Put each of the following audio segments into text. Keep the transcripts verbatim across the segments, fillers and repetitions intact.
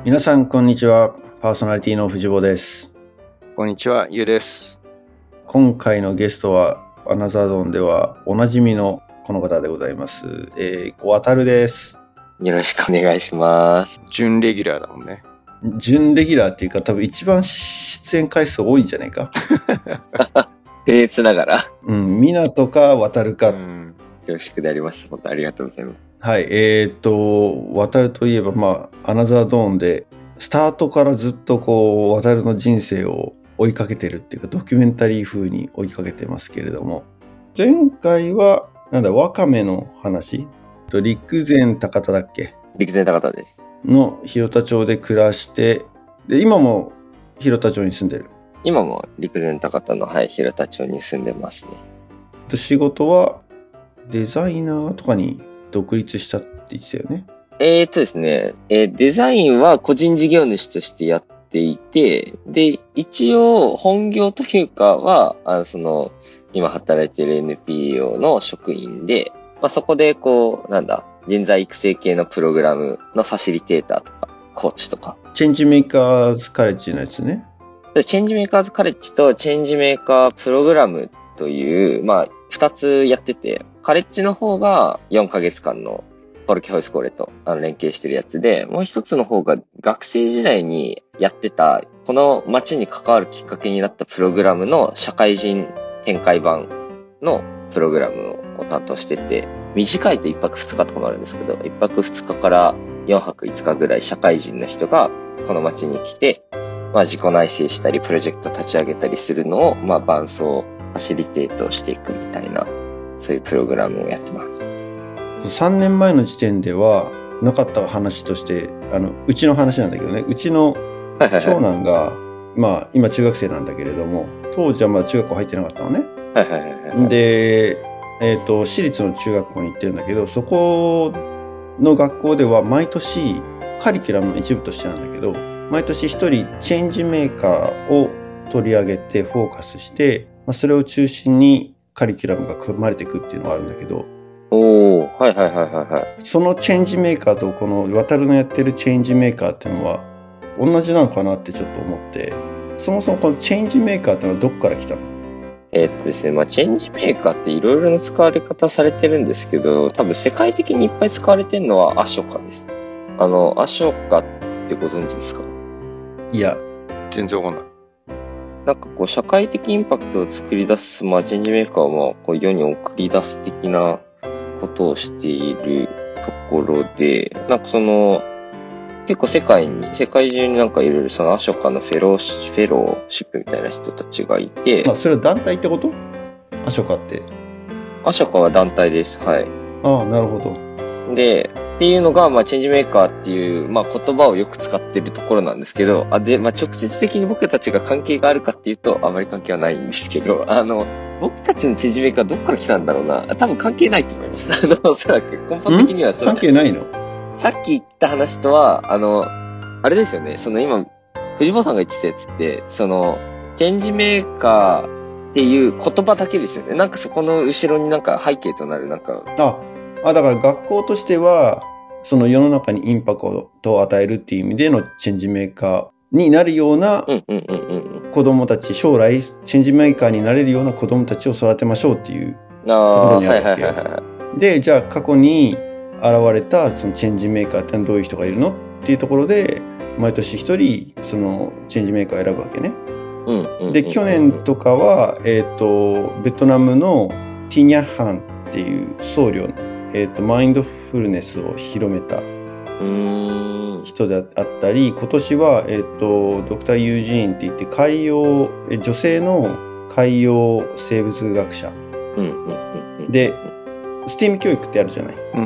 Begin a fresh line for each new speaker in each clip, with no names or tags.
皆さんこんにちは。パーソナリティの藤坊です。
こんにちは、ゆうです。
今回のゲストはアナザードーンではおなじみのこの方でございます。えー、わたるです。
よろしくお願いします。
準レギュラーだもんね。
準レギュラーっていうか多分一番出演回数多いんじゃないか。
僭越ながら。
うん、みなとかわたるか。うん、
恐縮であります。本当ありがとうございます。
はい、えーっと、わたるといえば、まあ、アナザードーンでスタートからずっとこう、わたるの人生を追いかけてるっていうか、ドキュメンタリー風に追いかけてますけれども、前回は、なんだ、ワカメの話と陸前高田だっけ？
陸前高田です。
の広田町で暮らして、で、今も広田町に住んでる。
今も陸前高田の、はい、広田町に住んでますね。
と仕事はデザイナーとかに独立したって言ってたよね。
えーっとですね、えー、デザインは個人事業主としてやっていて、で、一応本業というかは、あのその、今働いている エヌピーオー の職員で、まあ、そこでこう、なんだ、人材育成系のプログラムのファシリテーターとか、コーチとか。
チェンジメーカーズカレッジのやつね。
チェンジメーカーズカレッジとチェンジメーカープログラムという、まあ、二つやってて、カレッジの方がよんかげつかんのポルキホイスコーレとあの連携してるやつで、もう一つの方が学生時代にやってた、この街に関わるきっかけになったプログラムの社会人展開版のプログラムを担当してて、短いといっぱくふつかとかもあるんですけど、いっぱくふつかからよんはくいつかぐらい社会人の人がこの街に来て、まあ自己内省したりプロジェクト立ち上げたりするのを、まあ伴走、ファシリテートしていくみたいな、そういうプログラムをやってます。
さんねんまえの時点ではなかった話として、あの、うちの話なんだけどね、うちの長男が、はいはいはい、まあ今中学生なんだけれども、当時はまだ中学校入ってなかったのね。
はいはいはいはい、
で、えっと、私立の中学校に行ってるんだけど、そこの学校では毎年カリキュラムの一部としてなんだけど、毎年一人チェンジメーカーを取り上げてフォーカスして、まあ、それを中心にカリキュラムが組まれていくっていうのがあるんだけど、
おー、はいはいはいはいはい。
そのチェンジメーカーとこの渡るのやってるチェンジメーカーっていうのは同じなのかなってちょっと思って、そもそもこのチェンジメーカーってのはどっから来たの？
えーっとですね、まあチェンジメーカーっていろいろな使われ方されてるんですけど、多分世界的にいっぱい使われてるのはアショカです。あの、アショカってご存知ですか？
いや、
全然わかんない。
なんかこう社会的インパクトを作り出す、まあチェンジメーカーはこう世に送り出す的なことをしているところで、なんかその、結構世界に、世界中になんかいろいろそのアショカのフェロー、フェローシップみたいな人たちがいて。
あ、それは団体ってこと？アショカって。
アショカは団体です。はい。
ああ、なるほど。
で、っていうのが、まあ、チェンジメーカーっていう、まあ、言葉をよく使ってるところなんですけど、あ、で、まあ、直接的に僕たちが関係があるかっていうと、あまり関係はないんですけど、あの、僕たちのチェンジメーカーどっから来たんだろうな。多分関係ないと思います。あの、おそらく、根本的には
関係ないの？
さっき言った話とは、あの、あれですよね、その今、藤本さんが言ってたやつって、その、チェンジメーカーっていう言葉だけですよね。なんかそこの後ろになんか背景となるなんか。
あ、あ、だから学校としては、その世の中にインパクトを与えるっていう意味でのチェンジメーカーになるような子供たち、将来チェンジメーカーになれるような子供たちを育てましょうっていうところにあるわけよ。で、じゃあ過去に現れたそのチェンジメーカーってどういう人がいるのっていうところで、毎年一人そのチェンジメーカーを選ぶわけね。で、去年とかは、えっと、ベトナムのティニャッハンっていう僧侶のえっと、マインドフルネスを広めた人であったり、今年は、えっと、ドクター・ユージーンって言って海洋、女性の海洋生物学者で、スティーム教育ってあるじゃない、うん、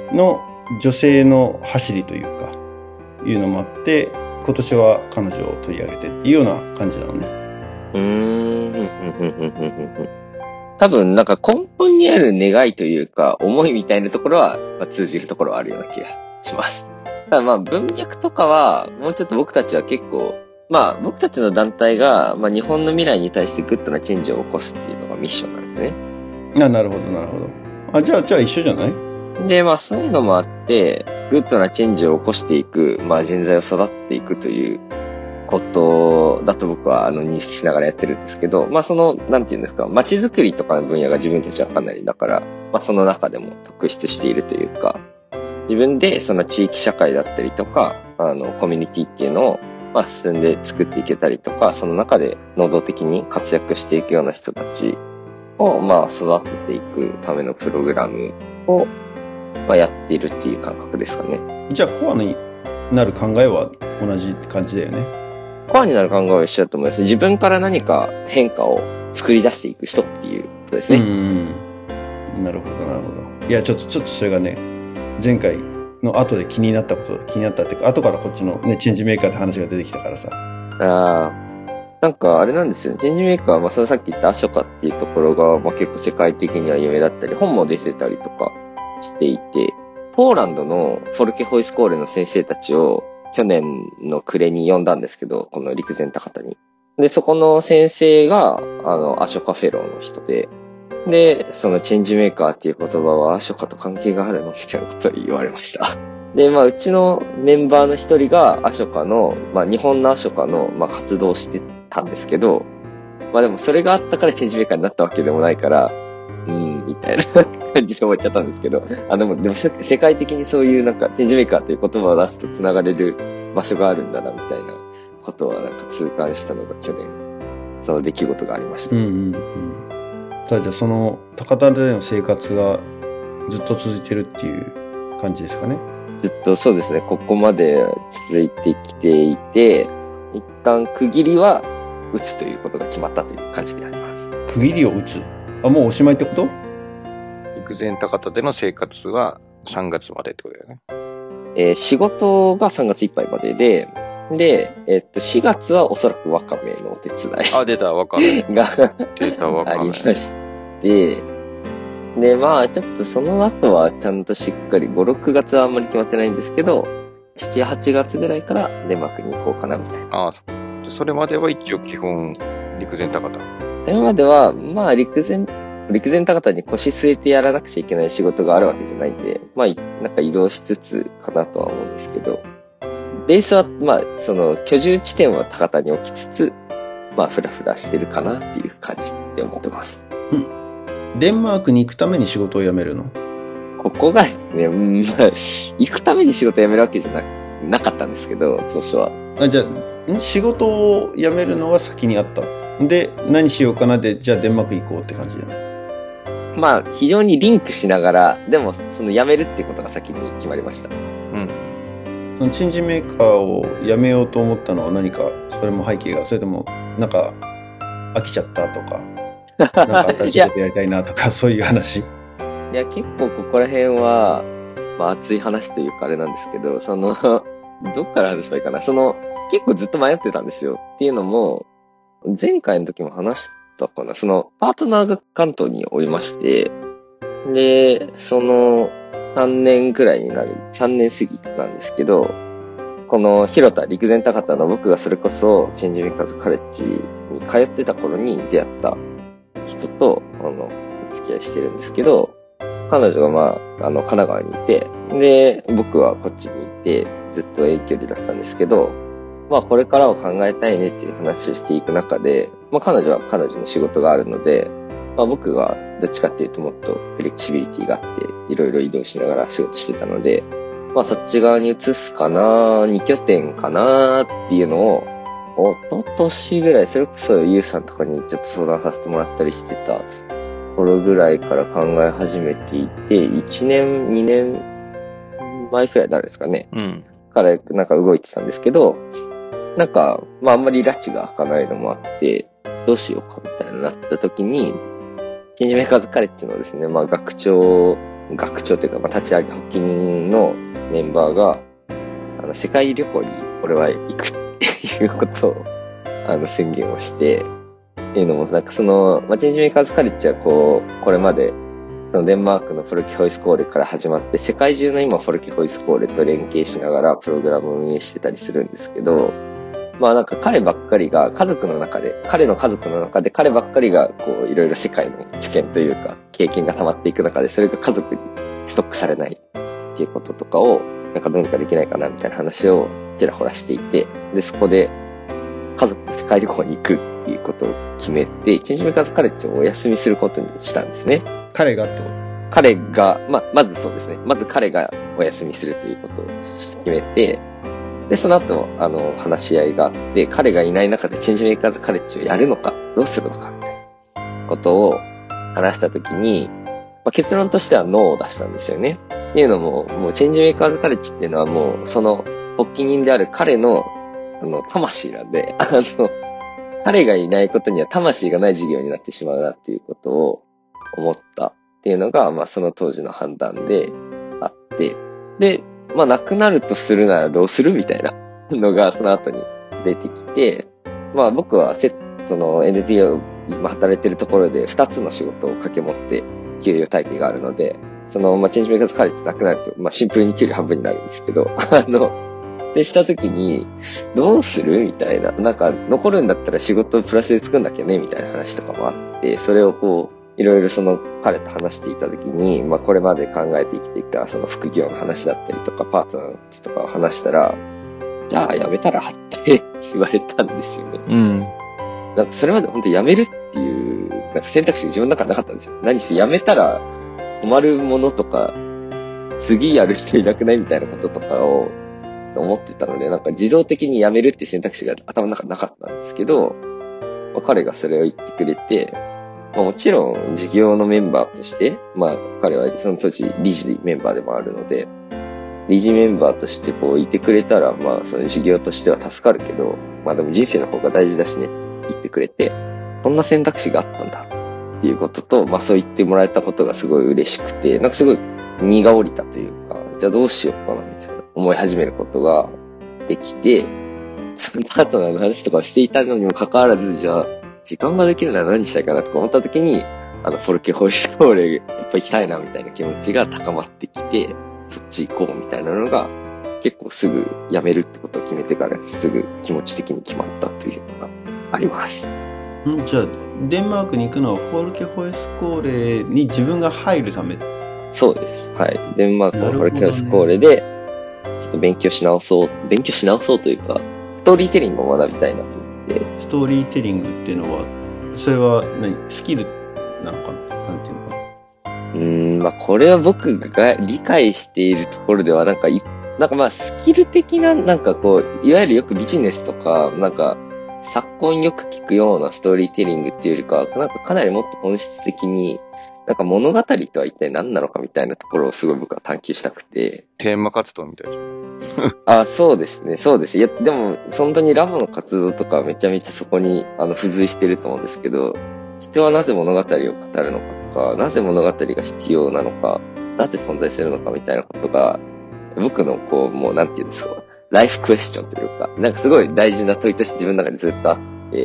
の女性の走りというか、いうのもあって、今年は彼女を取り上げてっていうような感じなのね。
うーん多分なんか根本にある願いというか思いみたいなところは、まあ、通じるところはあるような気がします。ただまあ文脈とかはもうちょっと僕たちは結構まあ僕たちの団体が、まあ、日本の未来に対してグッドなチェンジを起こすっていうのがミッションなんですね。
あ、なるほどなるほど。あ、じゃあじゃあ一緒じゃない？
で、まあそういうのもあって、グッドなチェンジを起こしていく、まあ人材を育っていくということだと僕はあの認識しながらやってるんですけど、まあその、なんていうんですか、街づくりとかの分野が自分たちはかなりだから、まあその中でも特筆しているというか、自分でその地域社会だったりとか、あのコミュニティっていうのを、まあ進んで作っていけたりとか、その中で能動的に活躍していくような人たちを、まあ育てていくためのプログラムを、まあ、やっているっていう感覚ですかね。
じゃあコアになる考えは同じ感じだよね。
コアになる考えは一緒だと思います。自分から何か変化を作り出していく人っていうことですね。
うん。なるほど、なるほど。いや、ちょっと、ちょっとそれがね、前回の後で気になったこと、気になったっていうか、後からこっちのね、チェンジメーカーって話が出てきたからさ。
ああ。なんかあれなんですよ。チェンジメーカーは、まあ、そのさっき言ったアショカっていうところが、まあ、結構世界的には有名だったり、本も出てたりとかしていて、ポーランドのフォルケホイスコーレの先生たちを去年の暮れに呼んだんですけど、この陸前高田に。で、そこの先生が、あの、アショカフェローの人で、で、そのチェンジメーカーっていう言葉はアショカと関係があるのみたいなことを言われました。で、まあ、うちのメンバーの一人がアショカの、まあ、日本のアショカの、まあ、活動をしてたんですけど、まあでもそれがあったからチェンジメーカーになったわけでもないから、うーん、みたいな感じで思っちゃったんですけど、あ、でも、でも世界的にそういうなんか、チェンジメーカーという言葉を出すと繋がれる場所があるんだな、みたいなことはなんか痛感したのが去年、その出来事がありました。
うんうんうん。じゃあその、高田での生活がずっと続いてるっていう感じですかね。
ずっとそうですね、ここまで続いてきていて、一旦区切りは打つということが決まったという感じであります。
区切りを打つ？あ、もうおしまいってこと？
陸前高田での生活はさんがつまでってことだよね。
えー、仕事がさんがついっぱいまでで、で、えっと、しがつはおそらくワカメのお手伝い。
あ、出た、ワカメ。
が
出た、ワカメ。
ありまして、で、まあ、ちょっとその後はちゃんとしっかり、ご、ろくがつはあんまり決まってないんですけど、しち、はちがつぐらいからデンマークに行こうかなみたいな。
ああ、そそれまでは一応基本、陸前高田。
それまでは、まあ、陸前、陸前高田に腰据えてやらなくちゃいけない仕事があるわけじゃないんで、まあ、なんか移動しつつかなとは思うんですけど、ベースは、まあ、その、居住地点は高田に置きつつ、まあ、ふらふらしてるかなっていう感じって思ってます。
うん。デンマークに行くために仕事を辞めるの？
ここがですね、うん、まあ、行くために仕事を辞めるわけじゃな、なかったんですけど、当初は。
あ、じゃあ、仕事を辞めるのが先にあった。で、何しようかなで、じゃあデンマーク行こうって感じだね。
まあ、非常にリンクしながら、でも、その辞めるっていうことが先に決まりました。
うん。
そのチェンジメーカーを辞めようと思ったのは何か、それも背景が、それとも、なんか、飽きちゃったとか、なんか新しいことやりたいなとか、そういう話。
いや、結構ここら辺は、まあ熱い話というかあれなんですけど、その、どっから話せばいいかな。その、結構ずっと迷ってたんですよ。っていうのも、前回の時も話したかな。その、パートナーが関東におりまして、で、その、さんねんくらいになる、さんねん過ぎなんですけど、この広田陸前高田の僕がそれこそチェンジメーカーズカレッジに通ってた頃に出会った人と、あの、お付き合いしてるんですけど、彼女がまあ、あの、神奈川にいて、で、僕はこっちにいて、ずっと遠距離だったんですけど、まあ、これからを考えたいねっていう話をしていく中で、まあ、彼女は彼女の仕事があるので、まあ、僕がどっちかっていうともっとフレキシビリティがあって、いろいろ移動しながら仕事してたので、まあ、そっち側に移すかな、二拠点かなっていうのを、おととしぐらい、それこそゆうさんとかにちょっと相談させてもらったりしてた頃ぐらいから考え始めていて、いちねん、にねんまえくらい誰ですかね。
うん。
からなんか動いてたんですけど、なんか、まああんまり拉致が開かないのもあって、どうしようかみたいになった時に、チェンジメーカーズカレッジのですね、まあ学長、学長というか、まあ立ち上げ発起人のメンバーが、あの、世界旅行に俺は行くっていうことを、あの、宣言をして、っていうのも、なんかその、まあ、チェンジメーカーズカレッジはこう、これまで、そのデンマークのフォルキホイスコーレから始まって、世界中の今フォルキホイスコーレと連携しながらプログラムを運営してたりするんですけど、 まあなんか彼ばっかりが家族の中で、彼の家族の中で彼ばっかりがこういろいろ世界の知見というか経験が溜まっていく中で、それが家族にストックされないっていうこととかをなんかどうにかできないかなみたいな話をちらほらしていて、で、そこで家族と世界旅行に行くっていうことを決めて、チェンジメーカーズカレッジをお休みすることにしたんですね。
彼がってこと？
彼が、まあ、まずそうですね。まず彼がお休みするということを決めて、で、その後、あの、話し合いがあって、彼がいない中でチェンジメーカーズカレッジをやるのか、どうするのか、みたいなことを話したときに、まあ、結論としてはノーを出したんですよね。っていうのも、もうチェンジメーカーズカレッジっていうのはもう、その、発起人である彼の、あの、魂なんで、あの、彼がいないことには魂がない事業になってしまうなっていうことを思ったっていうのが、まあ、その当時の判断であって、で、まあ、なくなるとするならどうするみたいなのがその後に出てきて、まあ僕はセその エヌピーオー 今働いてるところでふたつの仕事を掛け持って給与体系があるので、そのまあチェンジメーカーズカレッジなくなると、まあシンプルに給料半分になるんですけど、あの、でした時にどうするみたいな、なんか残るんだったら仕事をプラスで作んなきゃねみたいな話とかもあって、それをこう、いろいろその彼と話していたときに、まあこれまで考えて生きてきたその副業の話だったりとかパートナーの話とかを話したら、じゃあやめたらって言われたんですよね。
うん。
なんかそれまで本当やめるっていう、なんか選択肢が自分の中になかったんですよ。何せやめたら困るものとか、次やる人いなくないみたいなこととかを思ってたので、なんか自動的にやめるっていう選択肢が頭の中になかったんですけど、まあ、彼がそれを言ってくれて、まあ、もちろん事業のメンバーとして、まあ彼はその当時理事メンバーでもあるので、理事メンバーとしてこういてくれたら、まあその事業としては助かるけど、まあでも人生の方が大事だしねって言ってくれて、こんな選択肢があったんだっていうことと、まあそう言ってもらえたことがすごい嬉しくて、なんかすごい荷が下りたというか、じゃあどうしようかなみたいな思い始めることができて、そのパートナーの話とかをしていたのにもかかわらず、じゃあ時間ができるなら何したいかなとか思った時に、あの、フォルケホイスコーレやっぱ行きたいなみたいな気持ちが高まってきて、そっち行こうみたいなのが、結構すぐ辞めるってことを決めてからすぐ気持ち的に決まったというのがあります。
んじゃあ、デンマークに行くのはフォルケホイスコーレに自分が入るため？
そうです。はい。デンマークのフォルケホイスコーレで、ちょっと勉強し直そう、勉強し直そうというか、ストーリーテリングを学びたいなと思って。
ストーリーテリングっていうのは、それは何スキルなのかななんていうのかな。
うーん、まあこれは僕が理解しているところではなんかい、なんかまあスキル的な、なんかこう、いわゆるよくビジネスとか、なんか昨今よく聞くようなストーリーテリングっていうよりか、なんかかなりもっと本質的に、なんか物語とは一体何なのかみたいなところをすごい僕は探求したくて。
テーマ活動みたいじゃん。
あ、そうですね、そうです。いや、でも、本当にラボの活動とかめちゃめちゃそこに、あの、付随してると思うんですけど、人はなぜ物語を語るのかとか、なぜ物語が必要なのか、なぜ存在するのかみたいなことが、僕のこう、もうなんていうんですか、ライフクエスチョンというか、なんかすごい大事な問いとして自分の中でずっとあって、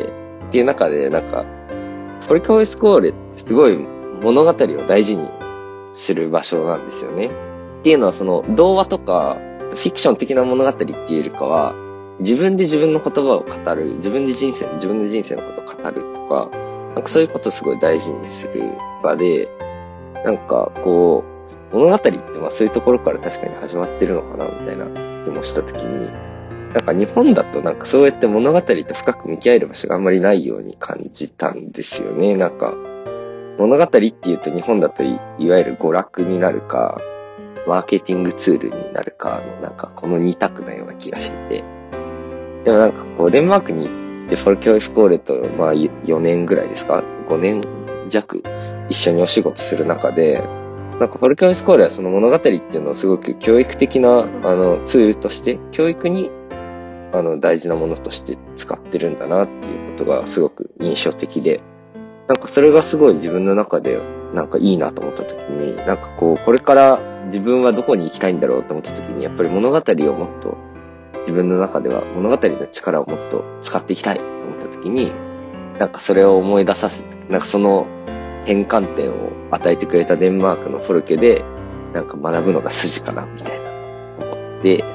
っていう中で、なんか、フォルケホイスコーレってすごい物語を大事にする場所なんですよね。っていうのはその童話とかフィクション的な物語っていうよりかは、自分で自分の言葉を語る、自分で人生、自分の人生のことを語るとか、なんかそういうことをすごい大事にする場で、なんかこう、物語ってまあそういうところから確かに始まってるのかなみたいな気もしたときに、なんか日本だとなんかそうやって物語と深く向き合える場所があんまりないように感じたんですよね。なんか物語っていうと日本だと い, いわゆる娯楽になるか、マーケティングツールになるかのなんかこの二択なような気がしてて。でもなんかこうデンマークに行ってフォルケホイスコーレとまあよねんぐらいですか ?ご 年弱一緒にお仕事する中で、なんかフォルケホイスコーレはその物語っていうのをすごく教育的なあのツールとして教育にあの大事なものとして使ってるんだなっていうことがすごく印象的で、なんかそれがすごい自分の中でなんかいいなと思った時に、なんかこうこれから自分はどこに行きたいんだろうと思った時に、やっぱり物語をもっと自分の中では物語の力をもっと使っていきたいと思った時に、なんかそれを思い出させて、なんかその転換点を与えてくれたデンマークのフォルケでなんか学ぶのが筋かなみたいな思って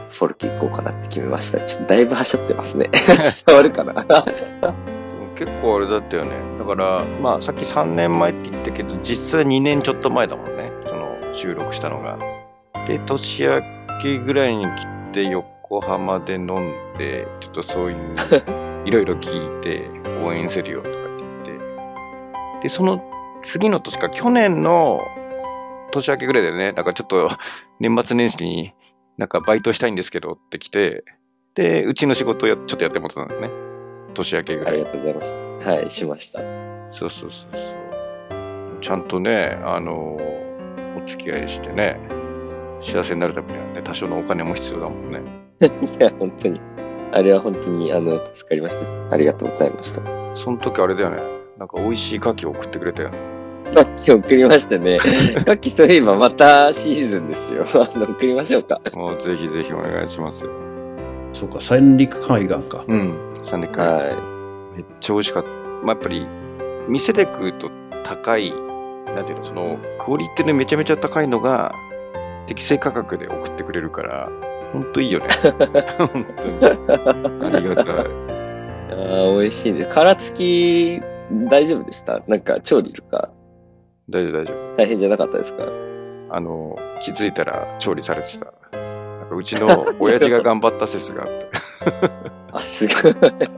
フォルケ行こうかなって決めました。ちょっとだいぶはしょってますね。伝わるかな
結構あれだったよね。だから、まあさっきさんねんまえって言ったけど、実際にねんちょっと前だもんね。その収録したのが。で、年明けぐらいに来て横浜で飲んで、ちょっとそういういろいろ聞いて応援するよとかって言って。で、その次の年か、去年の年明けぐらいだよね。なんかちょっと年末年始になんかバイトしたいんですけどって来て、で、うちの仕事をやちょっとやってもらったんだよね。年明けぐらい。
ありがとうございます。はい、しました。
そうそうそうそう。ちゃんとね、あの、お付き合いしてね、幸せになるためにはね、多少のお金も必要だもんね。
いや、本当に。あれは本当に、あの、助かりました。ありがとうございました。
その時あれだよね。なんか美味しい牡蠣を送ってくれたよね。
牡蠣送りましたね。牡蠣そういえばまたシーズンですよ。あの、送りましょうか。
もうぜひぜひお願いしますよ。
そうか、三陸海岸か。
うん、三陸海岸。はい。めっちゃ美味しかった。まあ、やっぱり、店で食うと高い、なんていうの、その、クオリティでめちゃめちゃ高いのが、適正価格で送ってくれるから、ほんといいよね。本当に。ありがたい。
ああ、美味しいです。殻付き、大丈夫でした？なんか、調理とか。
大丈夫、大丈夫。
大変じゃなかったですか？あ
の、気づいたら調理されてた。なんかうちの親父が頑張った説があって。
あ、すごい。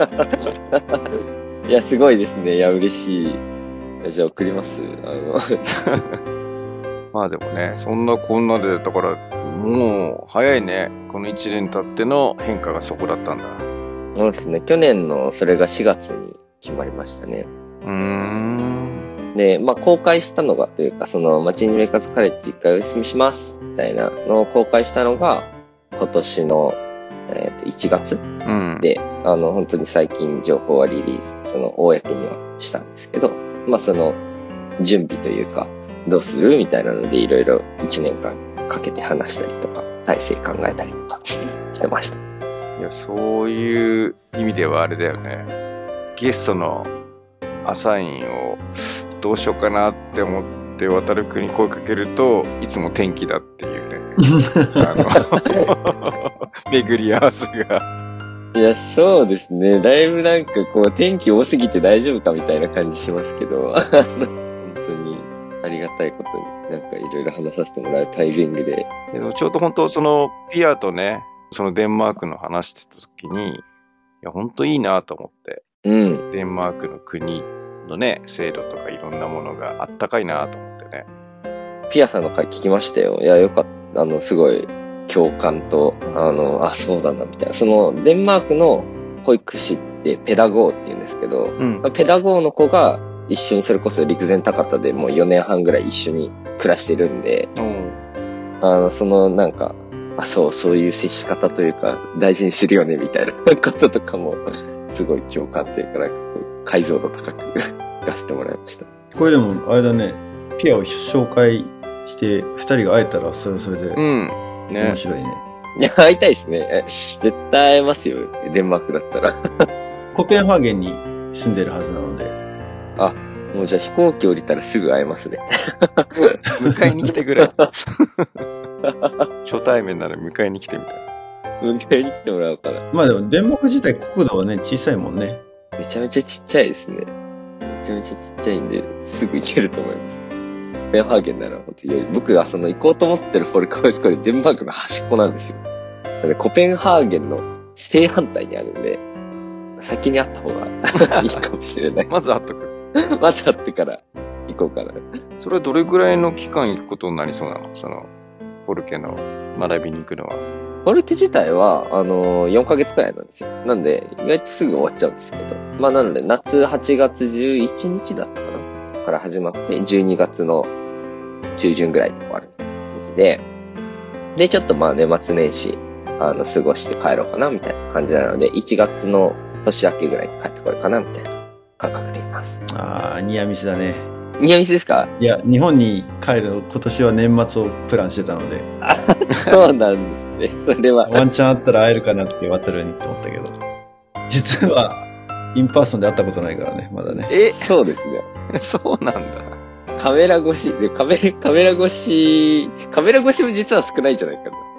いや、すごいですね。いや、嬉しい。じゃあ送ります。あの
まあでもね、そんなこんなで、だから、もう早いね。このいちねん経っての変化がそこだったんだ。
そうですね。去年のそれがしがつに決まりましたね。
うーん。
で、まあ公開したのがというか、その、まあ、チェンジメーカーズカレッジ一回お休みします、みたいなのを公開したのが、今年の、えっと、いちがつ、うん、で、あの、本当に最近情報はリリース、その、公にはしたんですけど、まあその、準備というか、どうするみたいなので、いろいろいちねんかんかけて話したりとか、体制考えたりとかしてました。
いや、そういう意味ではあれだよね。ゲストのアサインをどうしようかなって思って渡るくんに声かけるといつも天気だっていうねあの巡り合わせが
いやそうですねだいぶなんかこう天気多すぎて大丈夫かみたいな感じしますけど本当にありがたいことになんかいろいろ話させてもらうタイミングで
でもちょうど本当そのピアとねそのデンマークの話してた時にいや本当いいなと思って、
うん、
デンマークの国のね制度とかいろんなものがあったかいなと思ってね。
ピアさんの回聞きましたよ。いやよかった。あのすごい共感とあのあそうだなみたいな。そのデンマークの保育士ってペダゴーって言うんですけど、うん、ペダゴーの子が一緒にそれこそ陸前高田でもうよねんはんぐらい一緒に暮らしてるんで、うん、あのそのなんかあそうそういう接し方というか大事にするよねみたいなこととかもすごい共感というかなんか解像度高く聞かせてもらいました。こ
れでもあれだね、ピアを紹介してふたりが会えたらそれはそれで、うんね、面白いね。
いや会いたいですね。絶対会えますよデンマークだったら。
コペンハーゲンに住んでるはずなので。
あ、もうじゃあ飛行機降りたらすぐ会えますね。
迎えに来てくれ。初対面なら迎えに来てみたい。
迎えに来てもらおうかな。
まあでもデンマーク自体国土はね小さいもんね。
めちゃめちゃちっちゃいですね。めちゃめちゃちっちゃいんですぐ行けると思います。コペンハーゲンなら本当に僕がその行こうと思ってるフォルカウェスコでデンマークの端っこなんですよ。なのでコペンハーゲンの正反対にあるんで先に会った方がいいかもしれない。
まず会っとく。
まず会ってから行こうかな。
それはどれぐらいの期間行くことになりそうなの？そのフォルケの学びに行くのは。
フォルケ自体はあのー、よんかげつくらいなんですよ。なんで意外とすぐ終わっちゃうんですけど、まあなので夏はちがつじゅういちにちだったかなから始まってじゅうにがつの中旬ぐらいに終わる感じで、でちょっとまあ年末年始あの過ごして帰ろうかなみたいな感じなのでいちがつの年明けぐらいに帰ってこようかなみたいな感覚でいます。
ああ、ニアミスだね。
ニアミスですか？
いや、日本に帰る今年は年末をプランしてたので。
あ、そうなんですね。それは。
ワンチャンあったら会えるかなって渡るにと思ったけど。実は、インパーソンで会ったことないからね、まだね。
え、そうですね。
そうなんだ。
カメラ越し、でカメ、カメラ越し、カメラ越しも実は少ないんじゃないかな。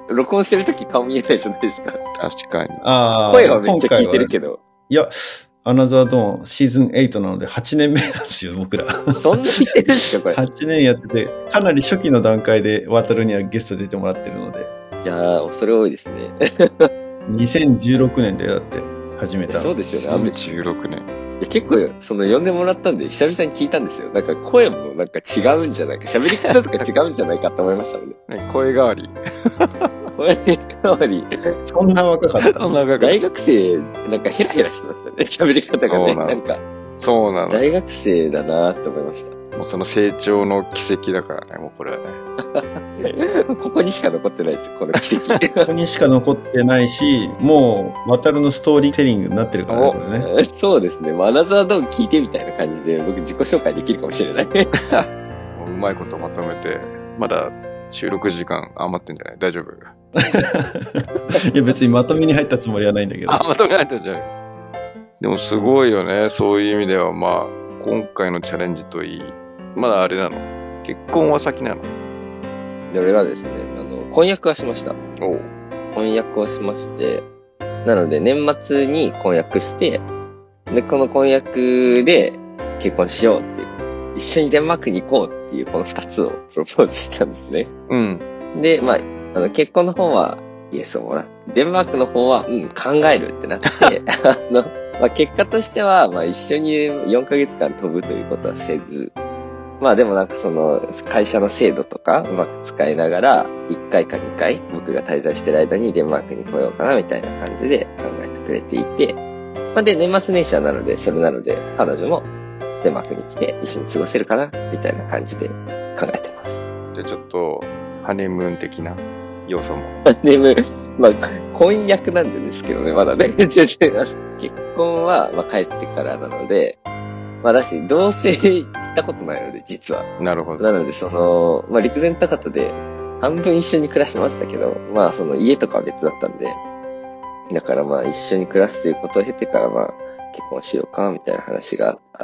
録音してるとき顔見えないじゃないですか。
確かに。
ああ。
声はめっちゃ聞いてるけど。
いや、アナザードーンシーズンエイトなのではちねんめなんですよ、僕ら。
そんな聞いてるんですか、これ。
はちねんやってて、かなり初期の段階で渡るにはゲスト出てもらってるので。
いやー、恐れ多いですね。
にせんじゅうろくねんでだって始めた。
そうですよね。
にせんじゅうろくねん。
いや結構、その、呼んでもらったんで、久々に聞いたんですよ。なんか、声もなんか違うんじゃないか、喋り方とか違うんじゃないかって思いましたもんね。
ね、声変わり。
声変わり。
そんな若かった。
そんな若かった。
大学生、なんかヘラヘラしてましたね。喋り方がね。なんか、
そうなの。
大学生だなって思いました。
もうその成長の奇跡だからね、もうこれはね。
ここにしか残ってないです、この奇跡。
ここにしか残ってないし、もう、渡るのストーリーテリングになってるからね、これね。
そうですね。アナザードーン聞いてみたいな感じで、僕自己紹介できるかもしれない。
もううまいことまとめて、まだ収録時間余ってんじゃない？大丈夫？
いや、別にまとめに入ったつもりはないんだけど。
あ、まとめ入ったんじゃない？でもすごいよね。そういう意味では、まあ、今回のチャレンジといい、まだあれなの？結婚は先なの？
で、俺がですね、あの、婚約はしました。
おう。
婚約をしまして、なので年末に婚約して、で、この婚約で結婚しようっていう、一緒にデンマークに行こうっていうこの二つをプロポーズしたんですね。
うん。で、
まあ、あの、結婚の方はイエスをもらって、デンマークの方は、うん、考えるってなって、あの、まあ、結果としては、まあ、一緒によんかげつかん飛ぶということはせず、まあでもなんかその会社の制度とかうまく使いながらいっかいかにかい僕が滞在してる間にデンマークに来ようかなみたいな感じで考えてくれていて、まあで年末年始はなのでそれなので彼女もデンマークに来て一緒に過ごせるかなみたいな感じで考えてます。
じゃあちょっとハネムーン的な要素も。
ハネムーン、まあ婚約なんでですけどね、まだね。結婚はまあ帰ってからなので、まあだし、同棲したことないので、実は。
なるほど。
なので、その、まあ陸前高田で半分一緒に暮らしてましたけど、まあその家とかは別だったんで、だからまあ一緒に暮らすということを経てからまあ結婚しようか、みたいな話があって、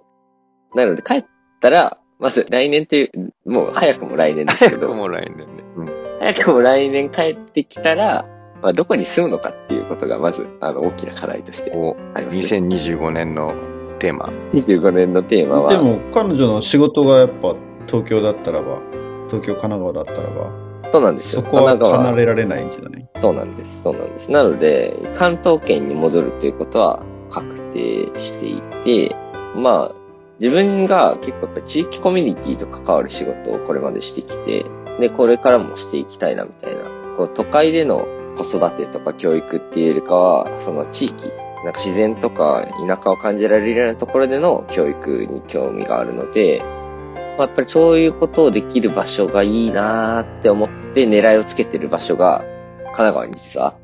なので帰ったら、まず来年という、もう早くも来年ですけど、
早くも来年ね。
うん。早くも来年帰ってきたら、まあどこに住むのかっていうことがまず、あの大きな課題としてあります。
にせんにじゅうごねんのテーマ。
にじゅうごねんのテーマは。
でも、彼女の仕事がやっぱ東京だったらば、東京、神奈川だったらば、
そうなんですよ。
そこは離れられないんじゃない？
そうなんです。そうなんです。なので、関東圏に戻るということは確定していて、まあ、自分が結構やっぱ地域コミュニティと関わる仕事をこれまでしてきて、で、これからもしていきたいなみたいな、こう都会での子育てとか教育っていうよりかは、その地域、なんか自然とか田舎を感じられるようなところでの教育に興味があるので、まあ、やっぱりそういうことをできる場所がいいなーって思って狙いをつけてる場所が神奈川に実はあって。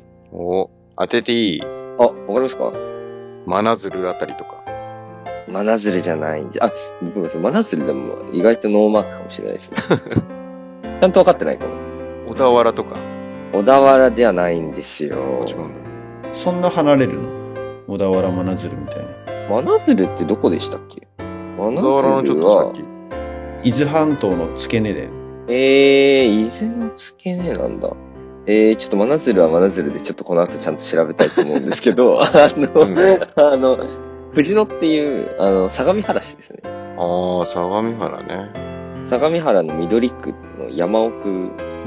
お、当てていい？
あ、わかりますか？
真鶴あたりとか。
真鶴じゃないんで、あ、僕も真鶴でも意外とノーマークかもしれないですね。ちゃんと分かってないかも。
小田原とか。
小田原ではないんですよ。
違うんだ。
そんな離れるの？小田原真鶴みたいな。
真鶴ってどこでしたっけ？
小田原のちょっと先。
伊豆半島の付け根で。
えー、伊豆の付け根なんだ。えー、ちょっと真鶴は真鶴でちょっとこの後ちゃんと調べたいと思うんですけど、あの、うん、あの、藤野っていう、あの、相模原市ですね。
ああ、相模原ね。
相模原の緑区の山奥、うん、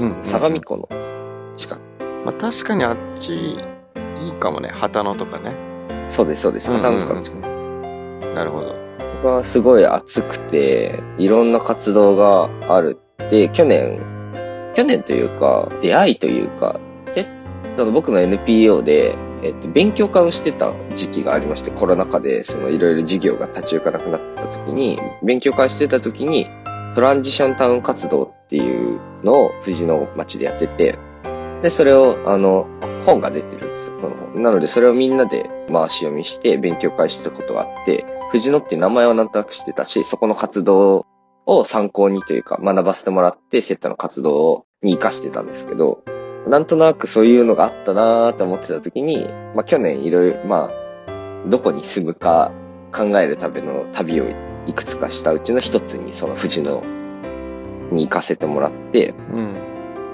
相模湖の近く。
まあ確かにあっち、いいかもね。旗野とかね。
そうです、そうです。旗野とかの近く。
なるほど。
がすごい熱くて、いろんな活動があるって、去年、去年というか、出会いというか、で、その僕の エヌピーオー で、えっと、勉強会をしてた時期がありまして、コロナ禍で、そのいろいろ事業が立ち行かなくなった時に、勉強会してた時に、トランジションタウン活動っていうのを富士の町でやってて、で、それを、あの、本が出てるんですよ、その本。なので、それをみんなで回し読みして勉強会したことがあって、藤野っていう名前はなんとなく知ってたし、そこの活動を参考にというか学ばせてもらってセッタの活動に活かしてたんですけど、なんとなくそういうのがあったなーって思ってた時に、まあ去年いろいろ、まあ、どこに住むか考えるための旅をいくつかしたうちの一つにその藤野に行かせてもらって、うん、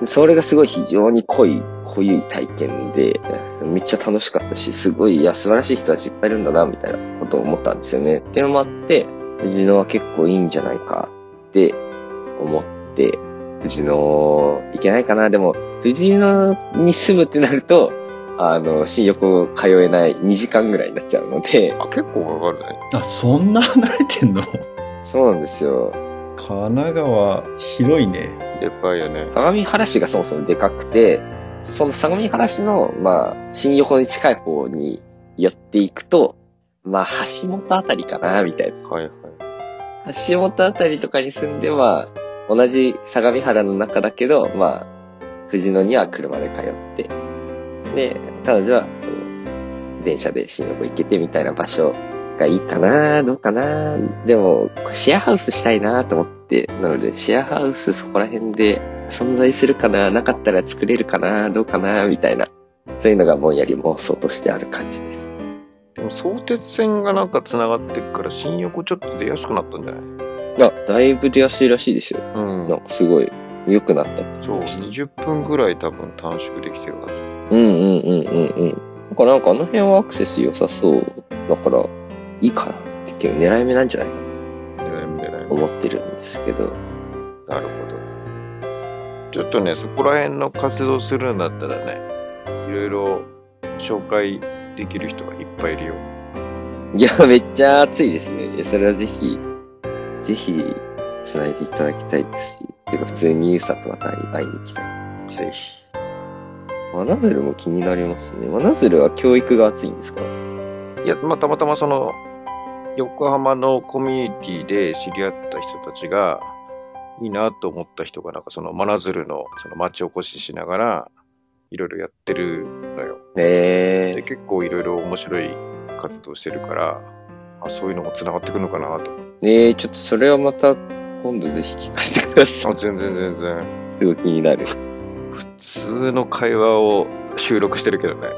それがすごい非常に濃い、濃い体験で、めっちゃ楽しかったし、すごい、いや、素晴らしい人たちいっぱいいるんだな、みたいなことを思ったんですよね。っていうのもあって、藤野は結構いいんじゃないかって思って、藤野、いけないかな。でも、藤野に住むってなると、あの、新横通えないにじかんぐらいになっちゃうので。
あ、結構かかるね。
あ、そんな離れてんの？
そうなんですよ。
神奈川、広いね。
でかいよね。
相模原市がそもそもでかくて、その相模原市の、まあ、新横に近い方に寄っていくと、まあ、橋本あたりかな、みたいな。
はいはい。
橋本あたりとかに住んでは、同じ相模原の中だけど、まあ、藤野には車で通って、で、彼女は、その、電車で新横行けてみたいな場所がいいかな、どうかな、でも、シェアハウスしたいなと思って、なので、シェアハウスそこら辺で存在するかな、なかったら作れるかな、どうかな、みたいな、そういうのがもんやり妄想としてある感じです。
でも、相鉄線がなんか繋がってるから、新横ちょっと出やすくなったんじゃない？
いや、だいぶ出やすいらしいですよ。
うん。
なんかすごい良くなったって
そう、にじゅっぷんぐらい多分短縮できてるはず。
うんうんうんうんうん。だからなんかあの辺はアクセス良さそう。だから、いいかなって結構狙い目なんじゃないか
狙い目狙い目。
と思ってるんですけど。
なるほど。ちょっとね、そこら辺の活動するんだったらね、いろいろ紹介できる人がいっぱいいるよ。
いや、めっちゃ熱いですね。いや、それはぜひ、ぜひ、繋いでいただきたいですし、てか普通にユーサとまた会いに行きたい。
ぜひ。
真鶴も気になりますね。真鶴は教育が熱いんですか？
いや、まあ、たまたまその、横浜のコミュニティで知り合った人たちが、いいなと思った人が、なんかその真鶴のその町おこししながら、いろいろやってるのよ。
へ
で、結構いろいろ面白い活動してるから、あ、そういうのも繋がってくるのかなと。
えー、ちょっとそれはまた今度ぜひ聞かせてください。
あ、全然全然。
すごい気になる。
普通の会話を収録してるけどね。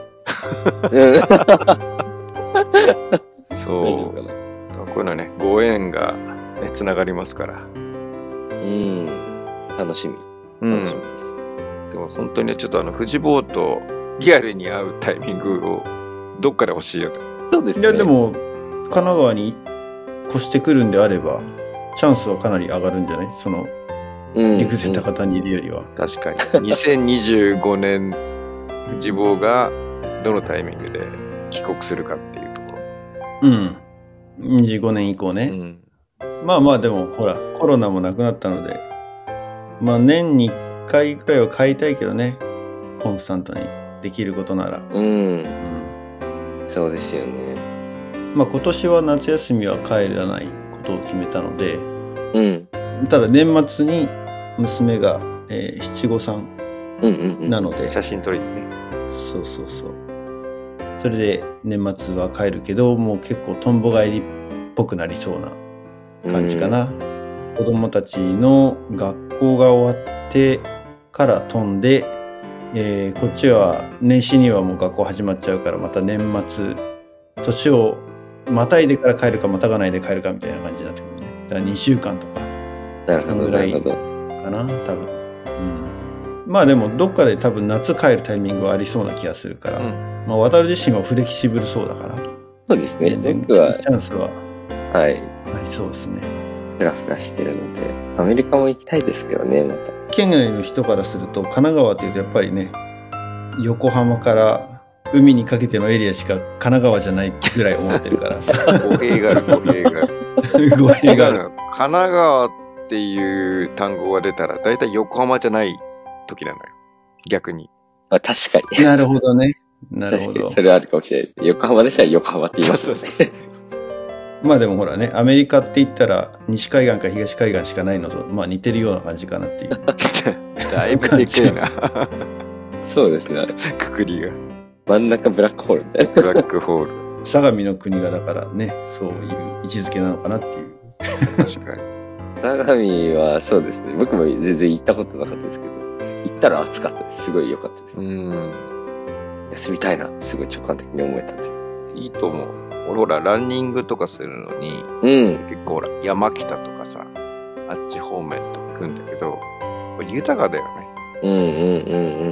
そう。
大丈夫かな。
こういうのはね、ご縁が、ね、つながりますから。
うん。楽しみ。楽しみです。
うん、でも本当にちょっとあの、藤坊とリアルに会うタイミングをどっかで欲しいよね。
そうですね。
いや、でも、神奈川に越してくるんであれば、チャンスはかなり上がるんじゃない？その、陸前高田にいるよりは。
うんうん、確かに。にせんにじゅうごねん、藤坊がどのタイミングで帰国するかっていうところ。
うん。にじゅうごねん以降ね。うん、まあまあでも、ほら、コロナもなくなったので、まあ年にいっかいくらいは帰りたいけどね。コンスタントにできることなら。
うん。うん、そうですよね。
まあ今年は夏休みは帰らないことを決めたので、
うん。
ただ年末に娘が、えー、七五三なので、うんうんうん、
写真撮りにね。
そうそうそう。それで年末は帰るけど、もう結構とんぼ帰りっぽくなりそうな感じかな。うん、子供たちの学校が終わってから飛んで、えー、こっちは年始にはもう学校始まっちゃうから、また年末年をまたいでから帰るかまたがないで帰るかみたいな感じになってくるね。だからにしゅうかんとかそのぐらいかな多分。うん、まあでもどっかで多分夏帰るタイミングはありそうな気がするから、うん、まあ渡る自身はフレキシブルそうだから。
そうですね。
僕はチャンスは
はい
ありそうですね。
フラフラしてるのでアメリカも行きたいですけどね。また
県外の人からすると神奈川っていうとやっぱりね、横浜から海にかけてのエリアしか神奈川じゃないぐらい思ってるから。
語弊がある語弊がある。
語弊がある。
神奈川っていう単語が出たらだいたい横浜じゃない時なのよ。逆に。
あ、確かに。
なるほどね。なるほど。
確かにそれはあるかもしれないです。横浜でしたら横浜って言いますよね。そうそうそう
まあでもほらね、アメリカって言ったら西海岸か東海岸しかないのと、まあ似てるような感じかなっていう。
だいぶでけえな。
そうですね。
くくりが。
真ん中ブラックホールみたいな。
ブラックホール。
相模の国がだからね、そういう位置づけなのかなっていう。
確かに。
相模はそうですね。僕も全然行ったことなかったですけど、行ったら暑かったです。すごい良かったです。
うん。
休みたいなってすごい直感的に思えたんで。
いいと思う。俺ほらランニングとかするのに、
うん、
結構ほら山北とかさ、あっち方面とか行くんだけど、これ豊かだよね。
うんうんうんうん。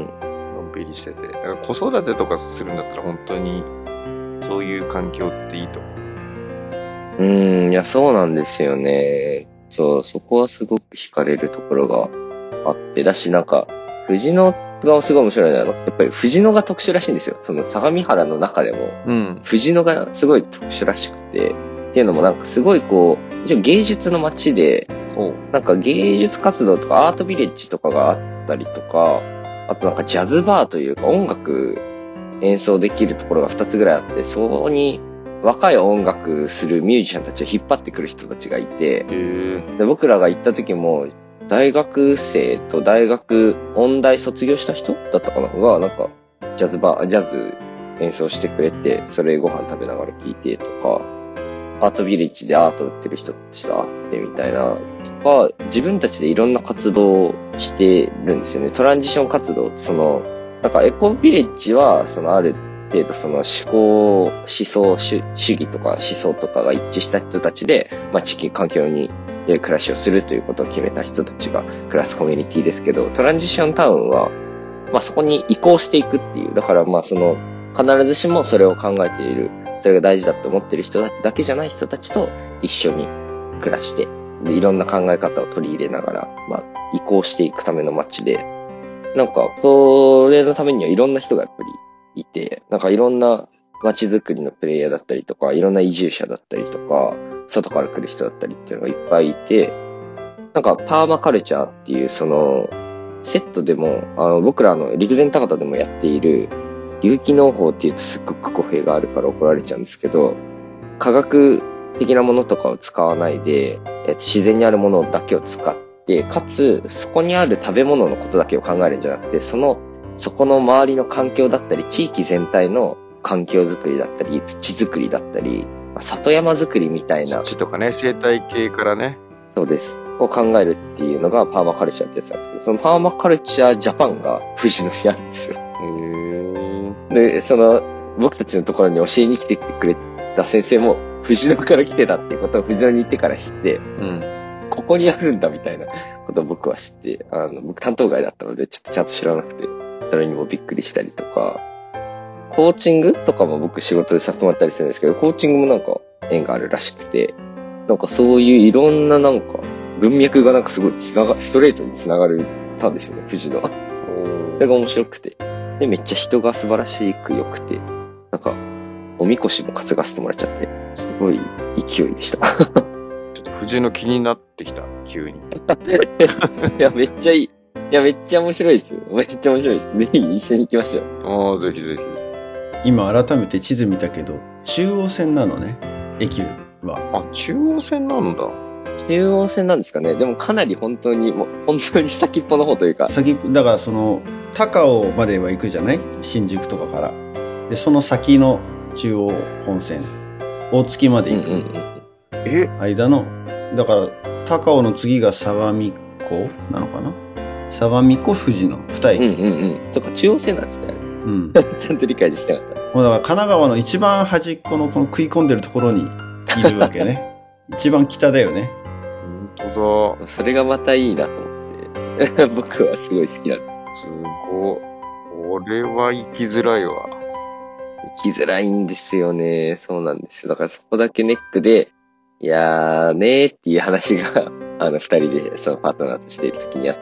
のんびりしてて。だから子育てとかするんだったら本当にそういう環境っていいと思う。
うーん、いや、そうなんですよね。そう、そこはすごく惹かれるところがあって、だし、なんか、藤野がすごい面白いのは、やっぱり藤野が特殊らしいんですよ。その相模原の中でも、
うん。
藤野がすごい特殊らしくて、っていうのもなんかすごいこう、一応芸術の街で、なんか芸術活動とかアートビレッジとかがあったりとか、あとなんかジャズバーというか音楽演奏できるところがふたつぐらいあって、そこに若い音楽するミュージシャンたちを引っ張ってくる人たちがいて、で僕らが行った時も、大学生と大学音大卒業した人だったかなが、なんか、ジャズバー、ジャズ演奏してくれて、それご飯食べながら聴いてとか、アートビレッジでアート売ってる人たちと会ってみたいな、とか、自分たちでいろんな活動をしてるんですよね。トランジション活動って、その、なんかエコビレッジは、そのある程度その思考、思想主義とか思想とかが一致した人たちで、まあ地球環境にで暮らしをするということを決めた人たちが暮らすコミュニティですけど、トランジションタウンは、まあそこに移行していくっていう、だからまあその、必ずしもそれを考えている、それが大事だと思っている人たちだけじゃない人たちと一緒に暮らして、でいろんな考え方を取り入れながら、まあ移行していくための街で、なんかそれのためにはいろんな人がやっぱりいて、なんかいろんな街づくりのプレイヤーだったりとか、いろんな移住者だったりとか、外から来る人だったりっていうのがいっぱいいて、なんかパーマカルチャーっていうその、セットでも、あの僕らの陸前高田でもやっている、有機農法っていうとすっごく語弊があるから怒られちゃうんですけど、科学的なものとかを使わないで、えっと、自然にあるものだけを使って、かつ、そこにある食べ物のことだけを考えるんじゃなくて、その、そこの周りの環境だったり、地域全体の環境づくりだったり、土づくりだったり、里山づくりみたいな。
土とかね、生態系からね。
そうです。を考えるっていうのがパーマカルチャーってやつなんですけど、そのパーマカルチャージャパンが藤野にあるんですよ。
へー。
で、その、僕たちのところに教えに来てくれた先生も、藤野から来てたっていうことを藤野に行ってから知って、うん、ここにあるんだみたいなことを僕は知って、あの、僕担当外だったので、ちょっとちゃんと知らなくて、それにもびっくりしたりとか、コーチングとかも僕仕事でさせてもらったりするんですけど、コーチングもなんか縁があるらしくて、なんかそういういろんななんか文脈がなんかすごいつなが、ストレートにつながるたんですよね、藤野は。それが面白くて。で、めっちゃ人が素晴らしく良くて、なんか、おみこしも担がせてもらっちゃって、すごい勢いでした。
ちょっと藤野気になってきた、急に。い
や、めっちゃいい。いや、めっちゃ面白いですよ。めっちゃ面白いです。ぜひ一緒に行きましょう。
ああ、ぜひぜひ。
今改めて地図見たけど、中央線なのね、駅は。
あ、中央線なんだ。
中央線なんですかね。でもかなり本当に、もう本当に先っぽの方というか。
先、だからその、高尾までは行くじゃない？新宿とかから。で、その先の中央本線。大月まで行く。うんうんうん、
え
間の、だから、高尾の次が相模湖なのかな？相模湖藤野、二駅。
うんうんうん。そっか、中央線なんですね。
うん。
ちゃんと理解でしてなかった。
もうだから神奈川の一番端っこのこの食い込んでるところにいるわけね。一番北だよね。
本当だ。
それがまたいいなと思って。僕はすごい好きなんです。
すごい。俺は行きづらいわ。
行きづらいんですよね。そうなんですよ。だからそこだけネックで、いやーねーっていう話が、あの二人でそのパートナーとしている時にあって、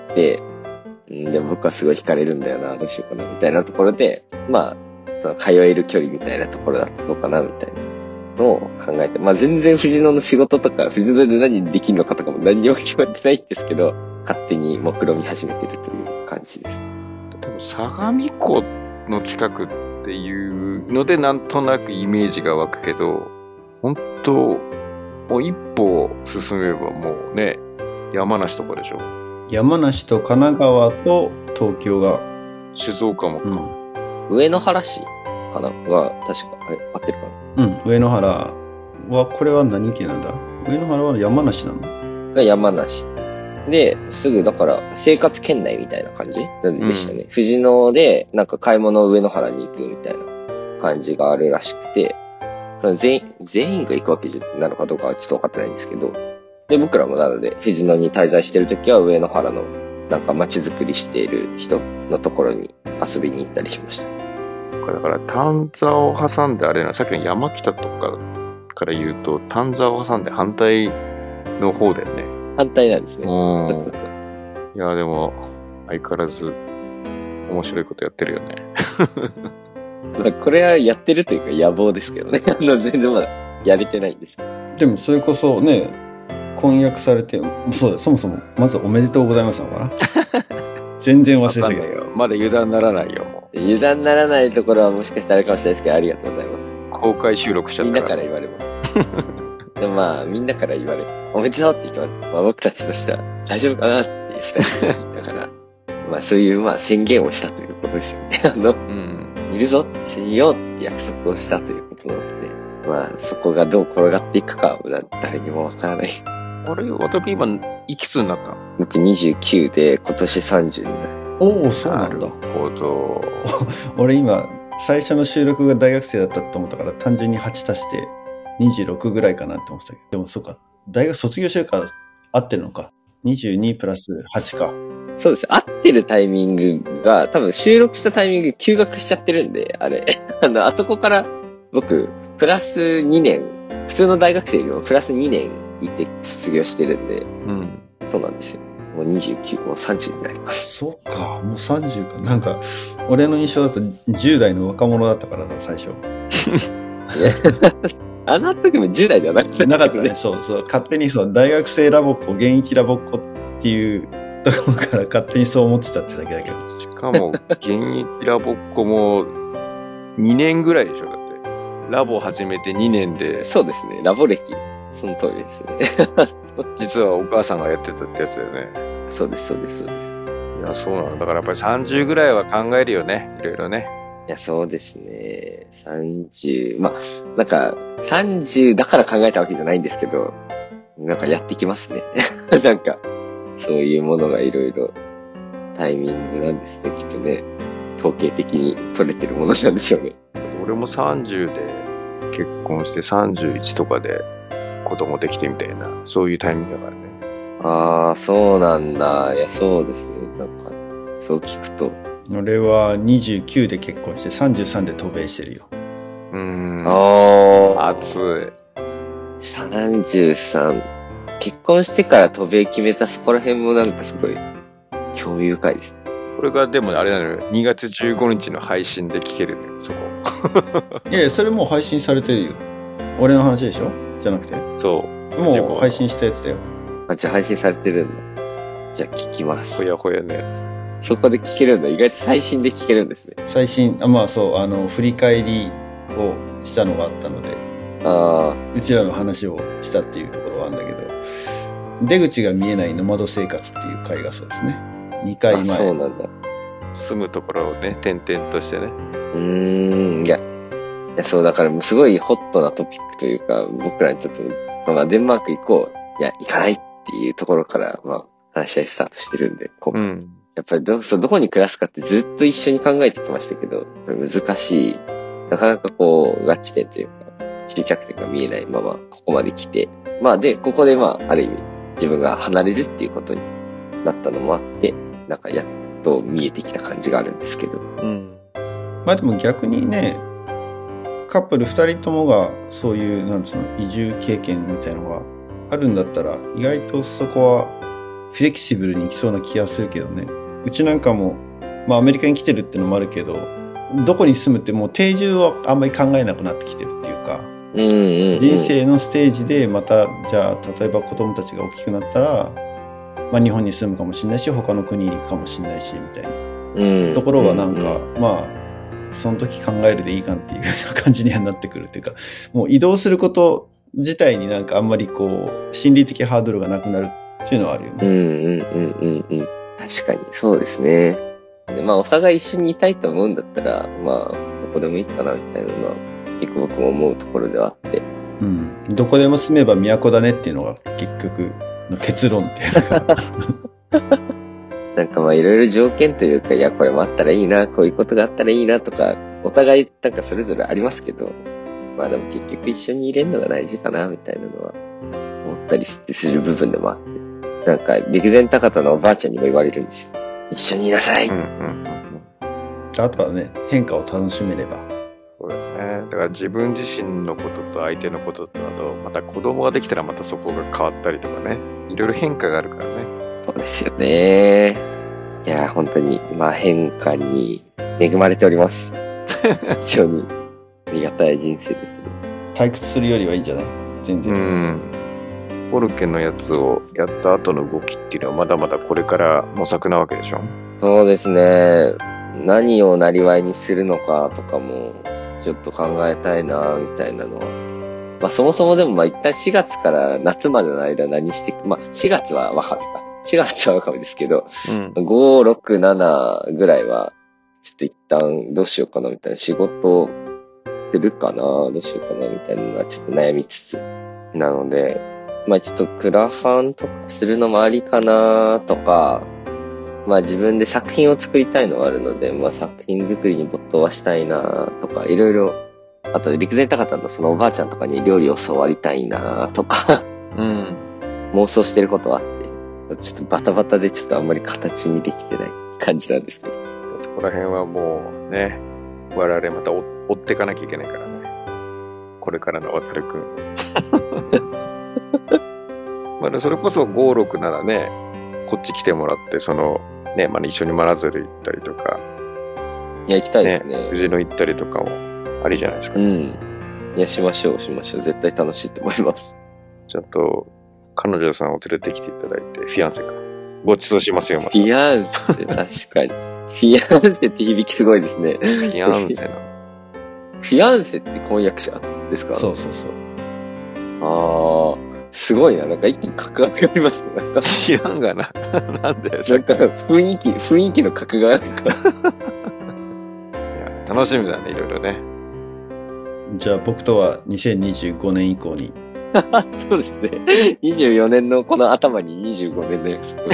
んでも僕はすごい惹かれるんだよな、どうしようかな、みたいなところで、まあ、その通える距離みたいなところだとそうかな、みたいなのを考えて、まあ全然藤野の仕事とか、藤野で何できるのかとかも何にも決まってないんですけど、勝手に目論み始めてるという感じです。
でも相模湖の近くっていうのでなんとなくイメージが湧くけど、本当もう一歩進めばもうね、山梨とかでしょ。
山梨と神奈川と東京が。
静岡もか。
うん、上野原市かなが、確か、合ってるか
な。うん、上野原は、これは何県なんだ？上野原は山梨なの？
が山梨。で、すぐだから生活圏内みたいな感じでしたね。うん、藤野でなんか買い物上野原に行くみたいな感じがあるらしくて、その全員、全員が行くわけなのかどうかはちょっと分かってないんですけど、で、僕らもなので藤野に滞在してるときは上野原のなんか街づくりしている人のところに遊びに行ったりしました。
だから丹沢を挟んであれな、さっきの山北とかから言うと丹沢を挟んで反対の方だよね。
反対なんですね。
いやでも相変わらず面白いことやってるよね。
これはやってるというか野望ですけどね。あの全然まだやれてないんですけど。
でもそれこそね、婚約されて、そうだ、そもそもまずおめでとうございますのかな。全然忘れてたけど。
まだ油断ならないよも
う。油断ならないところはもしかしたらあるかもしれないですけど、ありがとうございます。
公開収録しちゃった
みんなから言われます。でもまあみんなから言われる。おめでとうって言われる。まあ僕たちとしては大丈夫かなっていう二人だから、まあそういうまあ宣言をしたということですよね。あの、うん、いるぞ、一緒にいようって約束をしたということなので、まあそこがどう転がっていくかは誰にもわからない。
あれ、私今いくつになったの？
僕にじゅうきゅうで今年さんじゅうになる。
おお、そうなんだ。
なるほど。
俺今最初の収録が大学生だったと思ったから単純にはち足してにじゅうろくぐらいかなって思ってたけど、でもそうか、大学卒業してるから合ってるのか。にじゅうにプラスはちか。
そうです。合ってるタイミングが多分収録したタイミング休学しちゃってるんで、あれ。あの、あそこから僕プラスにねん、普通の大学生よりもプラスにねんいて卒業してるんで、うん、そうなんですよ。もうにじゅうきゅう、もうさんじゅうになります。
そうか、もうさんじゅうか。なんか、俺の印象だとじゅう代の若者だったからさ、最初。
あの時もじゅう代ではなかった、ね。
なかったね、そうそう。勝手にそう、大学生ラボっ子、現役ラボっ子っていうところから勝手にそう思ってたってだけだけど。
しかも、現役ラボっ子もにねんぐらいでしょ、だって。ラボ始めてにねんで。
そうですね、ラボ歴。その通りですね。
実はお母さんがやってたってやつだよね。
そうです、そうです、そうです。
いや、そうなの。だからやっぱりさんじゅうぐらいは考えるよね。いろいろね。
いや、そうですね。さんじゅう、まあ、なんか、さんじゅうだから考えたわけじゃないんですけど、なんかやってきますね。なんか、そういうものがいろいろタイミングなんですね、きっとね。統計的に取れてるものなんでしょうね。
俺もさんじゅうで結婚してさんじゅういちとかで子供できてみたいな、そういうタイミングだからね。
ああ、そうなんだ。いや、そうですね。なんか、そう聞くと。
俺はにじゅうきゅうで結婚してさんじゅうさんで渡米してるよ。
うーん。
ああ。
熱
い。さんじゅうさん。結婚してから渡米決めたそこら辺もなんかすごい興味深いですね。
これがでもあれなのよ。にがつじゅうごにちの配信で聞けるのよ、そこ。
いやいや、それもう配信されてるよ。俺の話でしょ？じゃなくて。
そう。
もう配信したやつだよ。
あ、じゃあ配信されてるんだ。じゃあ聞きます。
ほやほやのやつ。
そこで聞けるんだ。意外と最新で聞けるんですね。
最新、あ、まあそう、あの、振り返りをしたのがあったので、
あ
うちらの話をしたっていうところはあるんだけど、出口が見えないノマド生活っていう回がそうですね。にかいまえ。
あ、そうなんだ。
住むところをね、転々としてね。
うーん、いや、いやそうだからすごいホットなトピックというか、僕らにとっても、まあ、デンマーク行こう、いや、行かないっていうところから、まあ、話し合いスタートしてるんで、今回。うん、やっぱりど、そう、どこに暮らすかってずっと一緒に考えてきましたけど、難しい。なかなかこう、合致点というか、終着点が見えないまま、ここまで来て。まあ、で、ここでまあ、ある意味、自分が離れるっていうことになったのもあって、なんかやっと見えてきた感じがあるんですけど。
うん。
まあでも逆にね、カップル二人ともがそういう、なんつうの、移住経験みたいなのがあるんだったら、意外とそこはフレキシブルにいきそうな気がするけどね。うちなんかも、まあアメリカに来てるってのもあるけど、どこに住むってもう定住はあんまり考えなくなってきてるっていうか、
うんうんうん、
人生のステージでまた、じゃあ例えば子供たちが大きくなったら、まあ日本に住むかもしれないし、他の国に行くかもしれないし、みたいな、うん、ところがなんか、うんうん、まあ、その時考えるでいいかんっていう感じにはなってくるっていうか、もう移動すること自体になんかあんまりこう、心理的ハードルがなくなるっていうのはあるよね。
うんうんうんうんうん。確かに、そうですね。でまあ、お互い一緒にいたいと思うんだったら、まあ、どこでもいいかなみたいなのは、結構僕も思うところではあって。
うん。どこでも住めば都だねっていうのが結局の結論っていうか。
なんかまあいろいろ条件というか、いやこれもあったらいいな、こういうことがあったらいいなとか、お互いなんかそれぞれありますけど、まあでも結局一緒にいれるのが大事かな、みたいなのは思ったりする部分でもあって。 なんか、陸前高田のおばあちゃんにも言われるんですよ。一緒にいなさい。うんうんうん、
あとはね、変化を楽しめれば。
そうだね。だから自分自身のことと相手のことと、あと、また子供ができたらまたそこが変わったりとかね。いろいろ変化があるからね。
そうですよね。いや、本当に、まあ変化に恵まれております。非常にありがたい人生ですね。
退屈するよりはいいんじゃない？全然。
うん。フォルケのやつをやった後の動きっていうのはまだまだこれから模索なわけでしょ？
そうですね。何をなりわいにするのかとかもちょっと考えたいなみたいなのは。まあそもそもでもまあ一旦しがつから夏までの間何していく。まあしがつはわかめか。しがつはわかめですけど、うん、ご、ろく、ななぐらいはちょっと一旦どうしようかなみたいな仕事するかなどうしようかなみたいなのはちょっと悩みつつ。なので、まあちょっとクラファンとかするのもありかなとか、まあ自分で作品を作りたいのはあるので、まあ作品作りに没頭はしたいなとか、いろいろ、あと陸前高田のそのおばあちゃんとかに料理を教わりたいなとか、うん、妄想してることはあって、ちょっとバタバタでちょっとあんまり形にできてない感じなんですけど。
そこら辺はもうね、我々また追っていかなきゃいけないからね。これからの渡るくん。まあ、それこそご、ろくならね、こっち来てもらって、その、ね、まあ、一緒に真鶴行ったりとか。
いや、行きたいですね。
ね、藤野行ったりとかもありじゃないですか。
うん。いや、しましょう、しましょう。絶対楽しいと思います。
ちょっと、彼女さんを連れてきていただいて、フィアンセか。ご馳走しますよ、また。
フィアンセ、確かに。フィアンセって響きすごいですね。
フィアンセなの。
フィアンセって婚約者ですか？
そうそうそう。
ああ。すごいな。なんか一気に格が上がりました。なんか
知らんがな。なんだよ、
なんか雰囲気、雰囲気の格がなんか。い
や、楽しみだね、いろいろね。
じゃあ僕とはにせんにじゅうごねん以降に。
そうですね。にじゅうよねんのこの頭ににじゅうごねんの約束。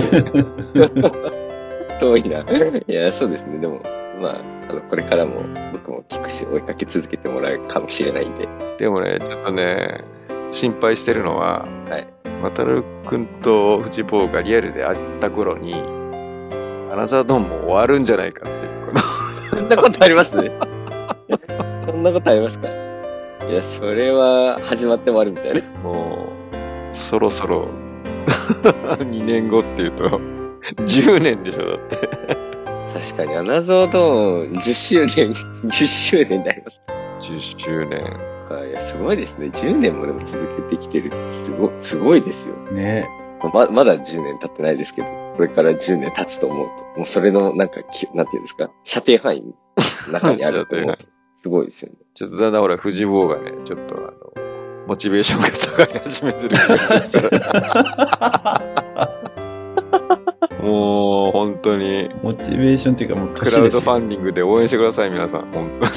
遠いな。いや、そうですね。でも、まあ、あの、これからも僕も聞くし追いかけ続けてもらうかもしれないんで。
でもね、ちょっとね、心配してるのは、
はい、
渡るくんと藤坊がリアルで会った頃にアナザードーンも終わるんじゃないかっていう
そんなことありますね。そんなことありますか？いや、それは始まって終わるみたいな。
もうそろそろにねんごっていうとじゅうねんでしょ。だって
確かにアナザードーンじゅっしゅうねんじゅっしゅうねんになります。
じゅっしゅうねん。
いや、すごいですね。じゅうねんもでも続けてきてるってすご、すごいですよ。
ね
ま、まだじゅうねん経ってないですけど、これからじゅうねん経つと思うと、もうそれのなんか、なんていうんですか、射程範囲の中にあると思うと、すごいですよね。
ちょっとだんだんほら、藤坊がね、ちょっとあの、モチベーションが下がり始めてるもう、本当に。
モチベーションっていうかもう
年ですよ。クラウドファンディングで応援してください、皆さん。本当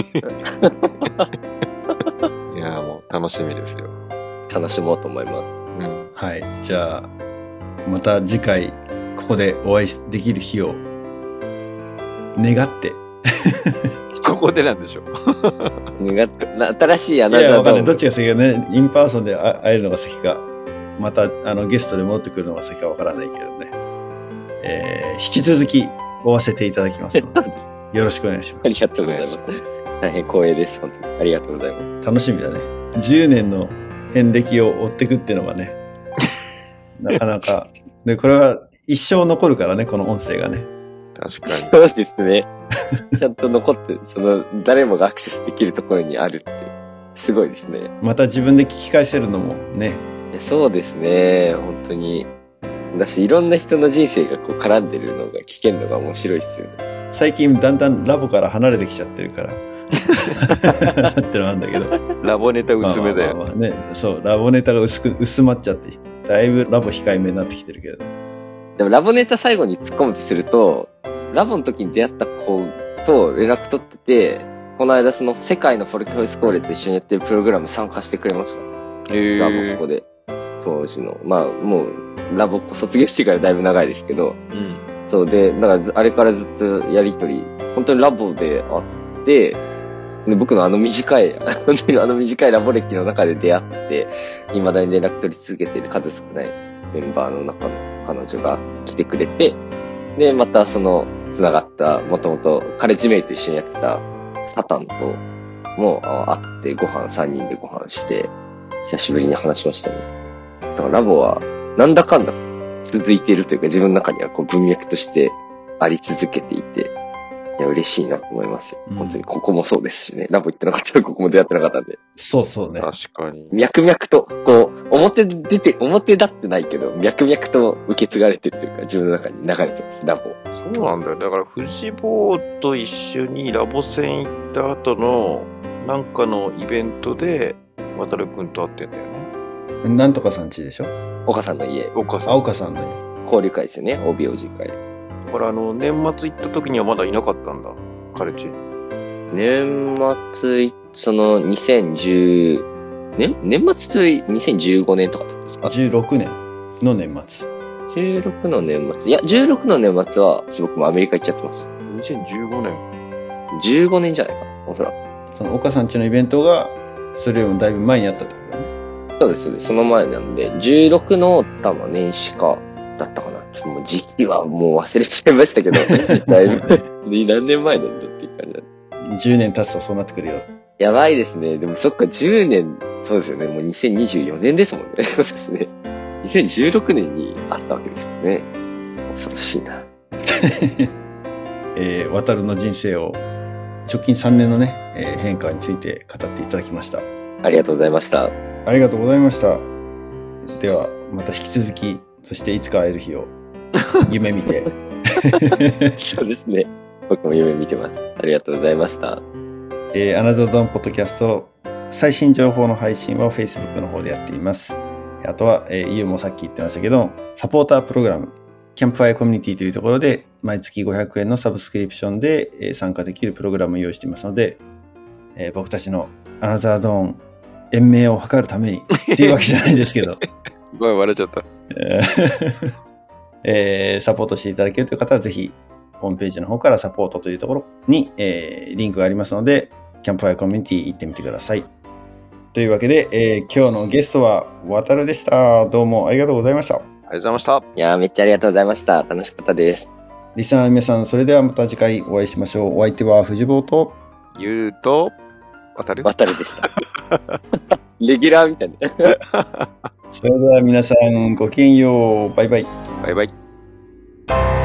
に。いや、もう楽しみですよ。
楽しもうと思います。
うん、はい。じゃあ、また次回、ここでお会いできる日を願って。
ここでなんでしょう。
願って、新しいアナザードーム。
いや、わかんない。どっちが先かね、インパーソンで会えるのが先か、またあのゲストで戻ってくるのが先かわからないけどね。えー、引き続き追わせていただきますので、よろしくお願いします。
ありがとうございます。大変光栄です。本当に。ありがとうございます。
楽しみだね。じゅうねんの遍歴を追っていくっていうのがね、なかなか。で、これは一生残るからね、この音声がね。
確かに。
そうですね。ちゃんと残って、その、誰もがアクセスできるところにあるって、すごいですね。
また自分で聞き返せるのもね。
いやそうですね。本当に。だし、いろんな人の人生がこう絡んでるのが聞けるのが面白いですよね。
最近だんだんラボから離れてきちゃってるから。ってのなんだけど。
ラボネタ薄めだよ、
まあまあまあね。そう、ラボネタが薄く、薄まっちゃって、だいぶラボ控えめになってきてるけど。
でもラボネタ最後に突っ込むとすると、ラボの時に出会った子と連絡取ってて、この間その世界のフォルケホイスコーレと一緒にやってるプログラム参加してくれました。
へー。
ラボっ子で。当時の。まあもう、ラボっ子卒業してからだいぶ長いですけど。
うん。
そうで、なんかあれからずっとやりとり、本当にラボで会って、で僕のあの短い、本当にあの短いラボ歴の中で出会って、未だに連絡取り続けている数少ないメンバーの中の彼女が来てくれて、で、またその、繋がった、もともとカレッジメイと一緒にやってたサタンとも会ってご飯、さんにんでご飯して、久しぶりに話しましたね。だからラボは、なんだかんだ続いているというか、自分の中にはこう文脈としてあり続けていて、いや、嬉しいなと思いますよ。うん、本当にここもそうですしね。ラボ行ってなかったらここも出会ってなかったんで。
そうそうね。
確かに。
脈々と、こう、表出て、表立ってないけど、脈々と受け継がれてるというか、自分の中に流れてます、ラボ。
そうなんだよ。だから、フジボーと一緒にラボ戦行った後の、なんかのイベントで、渡るくんと会ってんだよね。
なんとかさん家でしょ？
岡さんの家。
岡さん。
あ、岡さんの家。
交流会ですよね、オービーオージー 会。
だからあの、年末行った時にはまだいなかったんだ、カレッジ。
年末、そのにせんじゅう、ね年末にせんじゅうごねんとかってことですか？
じゅうろくねんの年末。
じゅうろくの年末。いや、じゅうろくの年末は、僕もアメリカ行っちゃってます。
にせんじゅうごねん。
じゅうごねんじゃないかな、おそらく。
その岡さん家のイベントが、それよりもだいぶ前にあったってことだね。
そうです、そうです。その前なんで、じゅうろくの多分年始かだったかな。ちょっともう時期はもう忘れちゃいましたけど、だいぶ、何年前なんだっていう感じなんで。
じゅうねん経つとそうなってくるよ。
やばいですね。でもそっか、じゅうねん、そうですよね。もうにせんにじゅうよねんですもんね。私ね。にせんじゅうろくねんにあったわけですもんね。恐ろしいな。
えー、渡るの人生を、直近さんねんのね、えー、変化について語っていただきました。
ありがとうございました。
ありがとうございました。では、また引き続き、そしていつか会える日を夢見て。
そうですね。僕も夢見てます。ありがとうございました。
えー、アナザードンポッドキャスト、最新情報の配信は Facebook の方でやっています。あとは、えー、ユウもさっき言ってましたけど、サポータープログラム、キャンプファイアコミュニティというところで、毎月ごひゃくえんのサブスクリプションで、えー、参加できるプログラムを用意していますので、えー、僕たちのアナザードーン、延命を図るためにっていうわけじゃないですけど。
ごめん、笑っちゃった。
えー、サポートしていただけるという方はぜひ、ホームページの方からサポートというところに、えー、リンクがありますので、キャンプファイアコミュニティ行ってみてください。というわけで、えー、今日のゲストは渡るでした。どうもありがとうございました。
ありがとうございました。
いやー、めっちゃありがとうございました。楽しかったです。
リスナーの皆さん、それではまた次回お会いしましょう。お相手は藤坊と、
ゆうと、渡る
渡るでした。レギュラーみたいな。
それでは皆さんごきげんよう。バイバイ。
バイバイ。